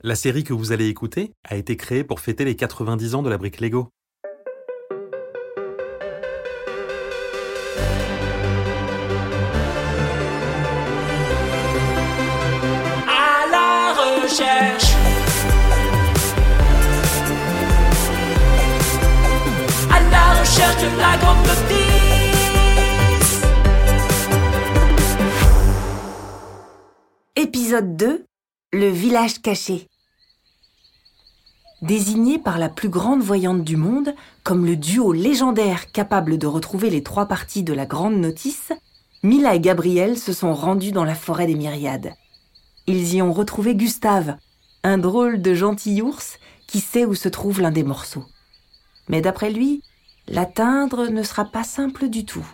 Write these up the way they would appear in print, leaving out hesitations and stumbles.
La série que vous allez écouter a été créée pour fêter les 90 ans de la brique Lego. À la recherche. À la recherche de la grande notice. Épisode 2, le village caché. Désigné par la plus grande voyante du monde comme le duo légendaire capable de retrouver les 3 parties de la grande notice, Mila et Gabriel se sont rendus dans la forêt des Myriades. Ils y ont retrouvé Gustave, un drôle de gentil ours qui sait où se trouve l'un des morceaux. Mais d'après lui, l'atteindre ne sera pas simple du tout.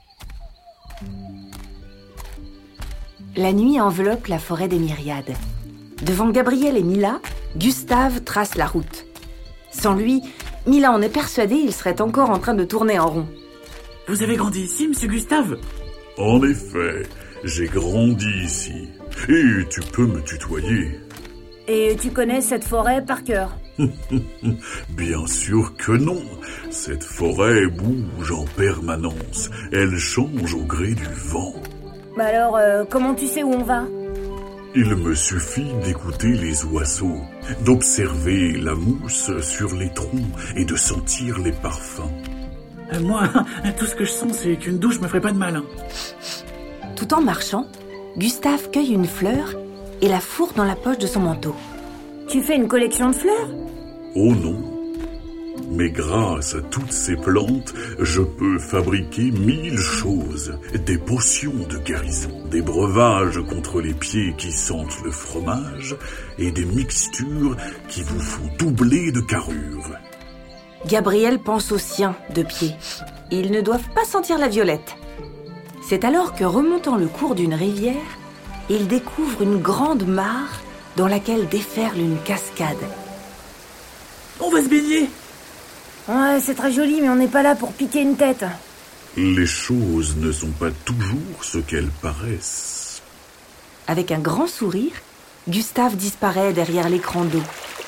La nuit enveloppe la forêt des Myriades. Devant Gabriel et Mila, Gustave trace la route. Sans lui, Mila en est persuadée, il serait encore en train de tourner en rond. Vous avez grandi ici, monsieur Gustave ? En effet, j'ai grandi ici. Et tu peux me tutoyer. Et tu connais cette forêt par cœur ? Bien sûr que non. Cette forêt bouge en permanence. Elle change au gré du vent. Bah alors, comment tu sais où on va ? Il me suffit d'écouter les oiseaux, d'observer la mousse sur les troncs et de sentir les parfums. Moi, tout ce que je sens, c'est qu'une douche me ferait pas de mal. Tout en marchant, Gustave cueille une fleur et la fourre dans la poche de son manteau. Tu fais une collection de fleurs ? Oh non. Mais grâce à toutes ces plantes, je peux fabriquer 1000 choses. Des potions de guérison, des breuvages contre les pieds qui sentent le fromage et des mixtures qui vous font doubler de carrure. Gabriel pense aux siens de pied. Ils ne doivent pas sentir la violette. C'est alors que, remontant le cours d'une rivière, il découvre une grande mare dans laquelle déferle une cascade. On va se baigner ! Ouais, c'est très joli, mais on n'est pas là pour piquer une tête. Les choses ne sont pas toujours ce qu'elles paraissent. Avec un grand sourire, Gustave disparaît derrière l'écran d'eau.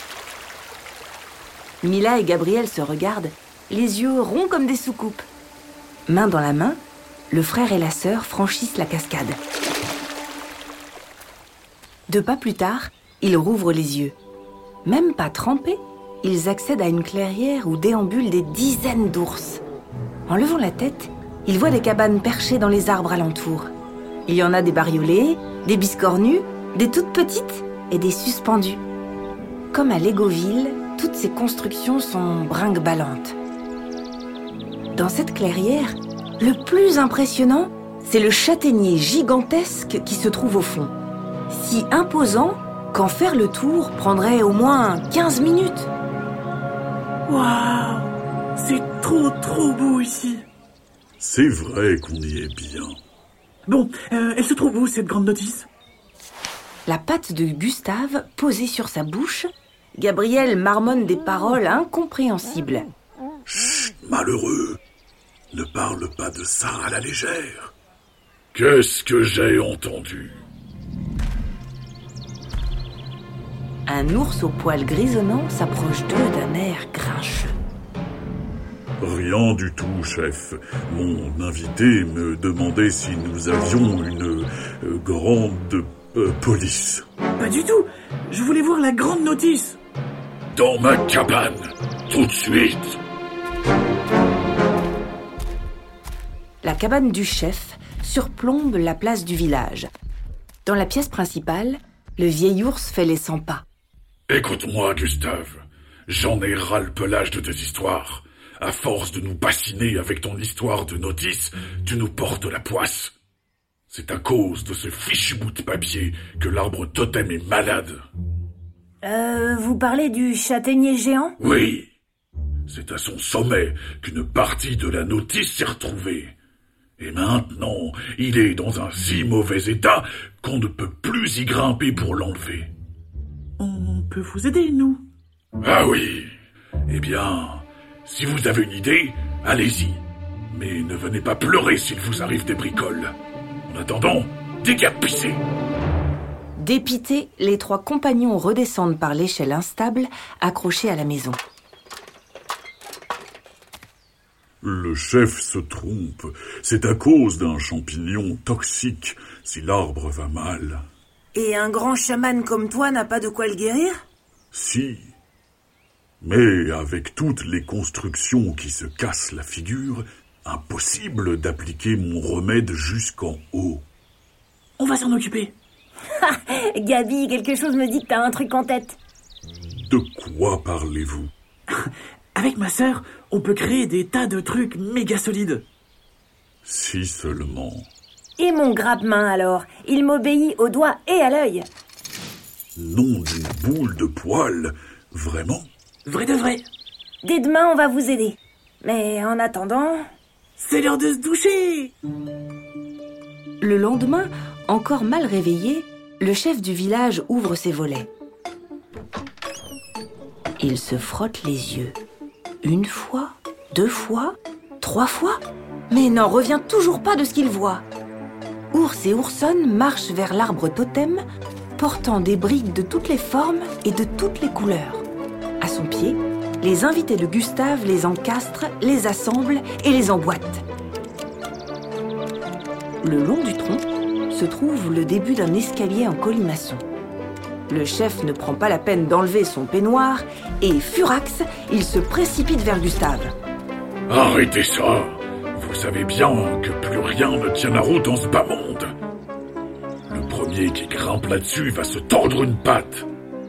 Mila et Gabriel se regardent, les yeux ronds comme des soucoupes. Main dans la main, le frère et la sœur franchissent la cascade. 2 pas plus tard, ils rouvrent les yeux. Même pas trempés, ils accèdent à une clairière où déambulent des dizaines d'ours. En levant la tête, ils voient des cabanes perchées dans les arbres alentours. Il y en a des bariolées, des biscornues, des toutes petites et des suspendues. Comme à Legoville, toutes ces constructions sont brinque-ballantes. Dans cette clairière, le plus impressionnant, c'est le châtaignier gigantesque qui se trouve au fond. Si imposant qu'en faire le tour prendrait au moins 15 minutes. Waouh ! C'est trop beau ici. C'est vrai qu'on y est bien. Bon, elle se trouve où, cette grande notice ? La patte de Gustave posée sur sa bouche, Gabriel marmonne des paroles incompréhensibles. Chut, malheureux. Ne parle pas de ça à la légère. Qu'est-ce que j'ai entendu ? Un ours au poil grisonnant s'approche d'eux d'un air grincheux. Rien du tout, chef. Mon invité me demandait si nous avions une grande police. Pas du tout. Je voulais voir la grande notice. Dans ma cabane, tout de suite. La cabane du chef surplombe la place du village. Dans la pièce principale, le vieil ours fait les 100 pas. Écoute-moi, Gustave. J'en ai ras le pelage de tes histoires. À force de nous bassiner avec ton histoire de notice, tu nous portes la poisse. C'est à cause de ce fichu bout de papier que l'arbre totem est malade. Vous parlez du châtaignier géant ? Oui. C'est à son sommet qu'une partie de la notice s'est retrouvée. Et maintenant, il est dans un si mauvais état qu'on ne peut plus y grimper pour l'enlever. On peut vous aider, nous ? Ah oui. Eh bien, si vous avez une idée, allez-y. Mais ne venez pas pleurer s'il vous arrive des bricoles. En attendant, décapissez. Dépités, les 3 compagnons redescendent par l'échelle instable accrochée à la maison. Le chef se trompe. C'est à cause d'un champignon toxique si l'arbre va mal. Et un grand chaman comme toi n'a pas de quoi le guérir? Si. Mais avec toutes les constructions qui se cassent la figure, impossible d'appliquer mon remède jusqu'en haut. On va s'en occuper. Gabi, quelque chose me dit que t'as un truc en tête. De quoi parlez-vous? Avec ma sœur, on peut créer des tas de trucs méga solides. Si seulement. Et mon grappe-main alors? Il m'obéit au doigt et à l'œil. Nom d'une boule de poil, vraiment? Vrai de vrai. Dès demain, on va vous aider. Mais en attendant... C'est l'heure de se doucher. Le lendemain, encore mal réveillé, le chef du village ouvre ses volets. Il se frotte les yeux. 1 fois, 2 fois, 3 fois, mais n'en revient toujours pas de ce qu'il voit. Ours et Oursonne marchent vers l'arbre totem, portant des briques de toutes les formes et de toutes les couleurs. À son pied, les invités de Gustave les encastrent, les assemblent et les emboîtent. Le long du tronc se trouve le début d'un escalier en colimaçon. Le chef ne prend pas la peine d'enlever son peignoir et, furax, il se précipite vers Gustave. Arrêtez ça! Vous savez bien que plus rien ne tient la route dans ce bas monde. Le premier qui grimpe là-dessus va se tordre une patte.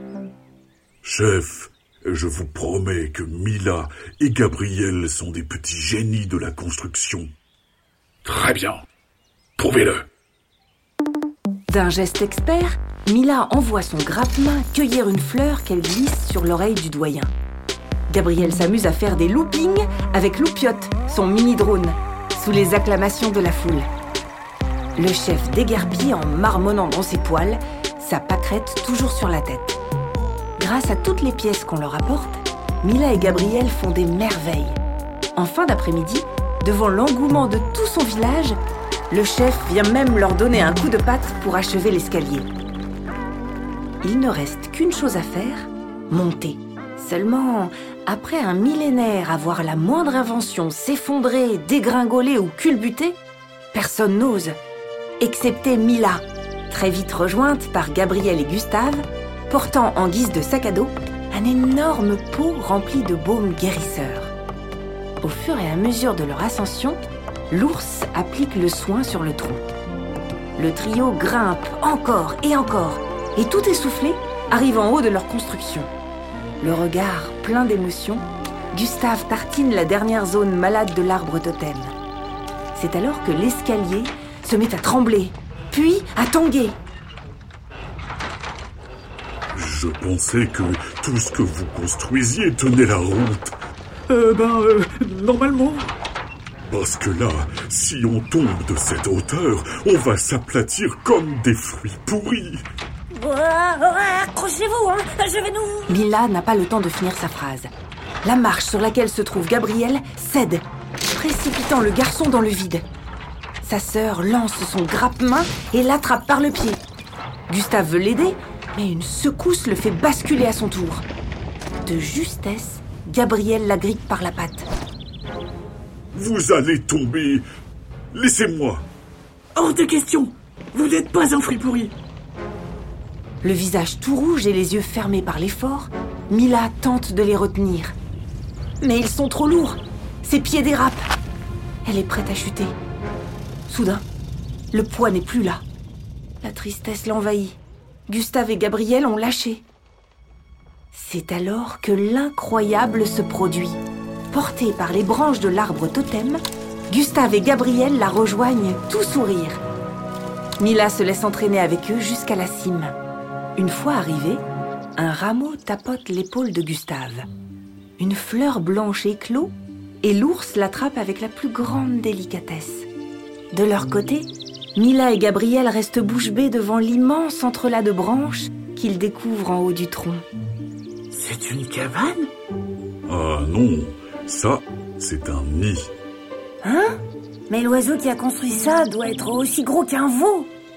Chef, je vous promets que Mila et Gabriel sont des petits génies de la construction. Très bien. Prouvez-le. D'un geste expert, Mila envoie son grappe-main cueillir une fleur qu'elle glisse sur l'oreille du doyen. Gabriel s'amuse à faire des loopings avec Loupiote, son mini-drone, sous les acclamations de la foule. Le chef déguerpit en marmonnant dans ses poils, sa pâquerette toujours sur la tête. Grâce à toutes les pièces qu'on leur apporte, Mila et Gabriel font des merveilles. En fin d'après-midi, devant l'engouement de tout son village, le chef vient même leur donner un coup de patte pour achever l'escalier. Il ne reste qu'une chose à faire, monter. Seulement, après un millénaire à voir la moindre invention s'effondrer, dégringoler ou culbuter, personne n'ose, excepté Mila, très vite rejointe par Gabriel et Gustave, portant en guise de sac à dos un énorme pot rempli de baume guérisseur. Au fur et à mesure de leur ascension, l'ours applique le soin sur le tronc. Le trio grimpe encore, et tout essoufflé, arrive en haut de leur construction. Le regard plein d'émotion, Gustave tartine la dernière zone malade de l'arbre totem. C'est alors que l'escalier se met à trembler, puis à tanguer. Je pensais que tout ce que vous construisiez tenait la route. Normalement. Parce que là, si on tombe de cette hauteur, on va s'aplatir comme des fruits pourris. Accrochez-vous, je vais nous... Mila n'a pas le temps de finir sa phrase. La marche sur laquelle se trouve Gabriel cède, précipitant le garçon dans le vide. Sa sœur lance son grappe-main et l'attrape par le pied. Gustave veut l'aider, mais une secousse le fait basculer à son tour. De justesse, Gabriel la grippe par la patte. Vous allez tomber. Laissez-moi. Hors de question. Vous n'êtes pas un fruit pourri. Le visage tout rouge et les yeux fermés par l'effort, Mila tente de les retenir. Mais ils sont trop lourds. Ses pieds dérapent. Elle est prête à chuter. Soudain, le poids n'est plus là. La tristesse l'envahit. Gustave et Gabriel ont lâché. C'est alors que l'incroyable se produit. Portés par les branches de l'arbre totem, Gustave et Gabriel la rejoignent tout sourire. Mila se laisse entraîner avec eux jusqu'à la cime. Une fois arrivée, un rameau tapote l'épaule de Gustave. Une fleur blanche éclot et l'ours l'attrape avec la plus grande délicatesse. De leur côté, Mila et Gabriel restent bouche bée devant l'immense entrelac de branches qu'ils découvrent en haut du tronc. C'est une cabane ? Ah non, ça, c'est un nid. Hein ? Mais l'oiseau qui a construit ça doit être aussi gros qu'un veau.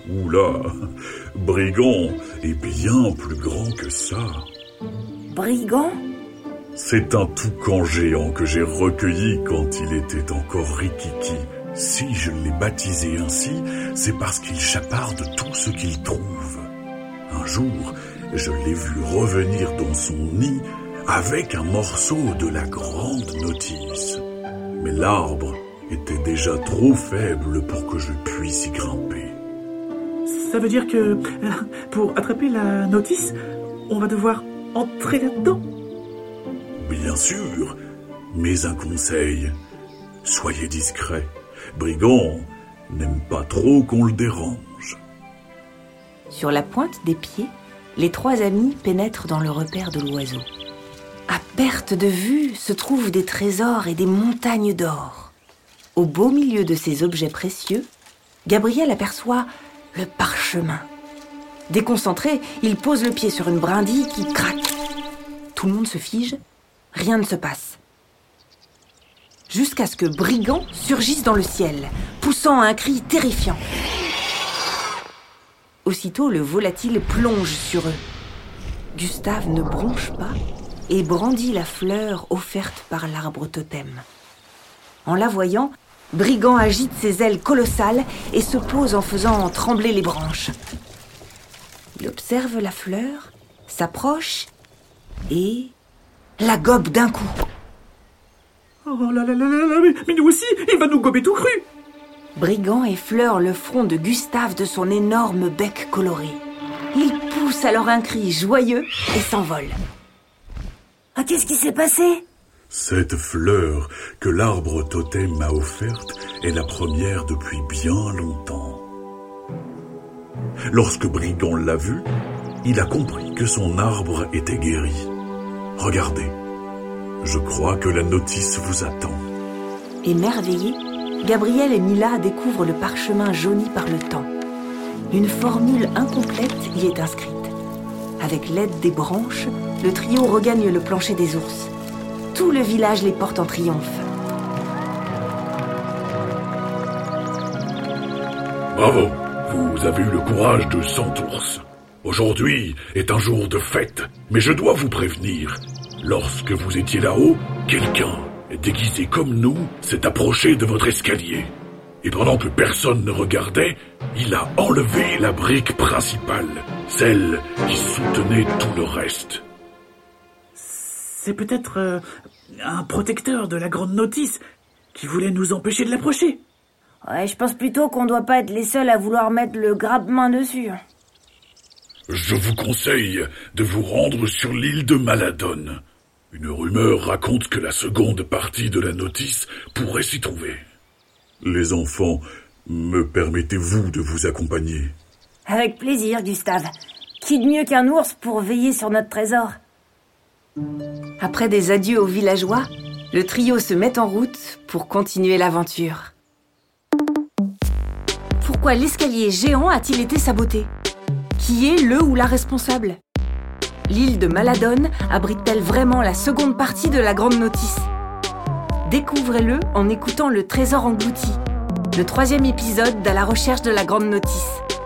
Oula, Brigand est bien plus grand que ça. Brigand? C'est un toucan géant que j'ai recueilli quand il était encore rikiki. Si je l'ai baptisé ainsi, c'est parce qu'il chaparde tout ce qu'il trouve. Un jour, je l'ai vu revenir dans son nid avec un morceau de la grande notice. Mais l'arbre était déjà trop faible pour que je puisse y grimper. Ça veut dire que, pour attraper la notice, on va devoir entrer là-dedans? Bien sûr, mais un conseil, soyez discret. Brigand n'aime pas trop qu'on le dérange. Sur la pointe des pieds, les trois amis pénètrent dans le repère de l'oiseau. À perte de vue se trouvent des trésors et des montagnes d'or. Au beau milieu de ces objets précieux, Gabriel aperçoit le parchemin. Déconcentré, il pose le pied sur une brindille qui craque. Tout le monde se fige, rien ne se passe. Jusqu'à ce que Brigand surgisse dans le ciel, poussant un cri terrifiant. Aussitôt, le volatile plonge sur eux. Gustave ne bronche pas et brandit la fleur offerte par l'arbre totem. En la voyant, Brigand agite ses ailes colossales et se pose en faisant trembler les branches. Il observe la fleur, s'approche et la gobe d'un coup. Oh là là là là, mais nous aussi, il va nous gober tout cru! Brigand effleure le front de Gustave de son énorme bec coloré. Il pousse alors un cri joyeux et s'envole. Ah, qu'est-ce qui s'est passé? Cette fleur que l'arbre totem m'a offerte est la première depuis bien longtemps. Lorsque Brigand l'a vue, il a compris que son arbre était guéri. Regardez, je crois que la notice vous attend. Émerveillés, Gabriel et Mila découvrent le parchemin jauni par le temps. Une formule incomplète y est inscrite. Avec l'aide des branches, le trio regagne le plancher des ours. Tout le village les porte en triomphe. Bravo, vous avez eu le courage de 100 ours. Aujourd'hui est un jour de fête, mais je dois vous prévenir. Lorsque vous étiez là-haut, quelqu'un, déguisé comme nous, s'est approché de votre escalier. Et pendant que personne ne regardait, il a enlevé la brique principale, celle qui soutenait tout le reste. C'est peut-être un protecteur de la grande notice qui voulait nous empêcher de l'approcher. Ouais, je pense plutôt qu'on doit pas être les seuls à vouloir mettre le grappe-main dessus. Je vous conseille de vous rendre sur l'île de Maladone. Une rumeur raconte que la seconde partie de la notice pourrait s'y trouver. Les enfants, me permettez-vous de vous accompagner? Avec plaisir, Gustave. Qui de mieux qu'un ours pour veiller sur notre trésor? Après des adieux aux villageois, le trio se met en route pour continuer l'aventure. Pourquoi l'escalier géant a-t-il été saboté? Qui est le ou la responsable? L'île de Maladone abrite-t-elle vraiment la seconde partie de la grande notice? Découvrez-le en écoutant Le Trésor englouti, le 3e épisode d'À la recherche de la grande notice.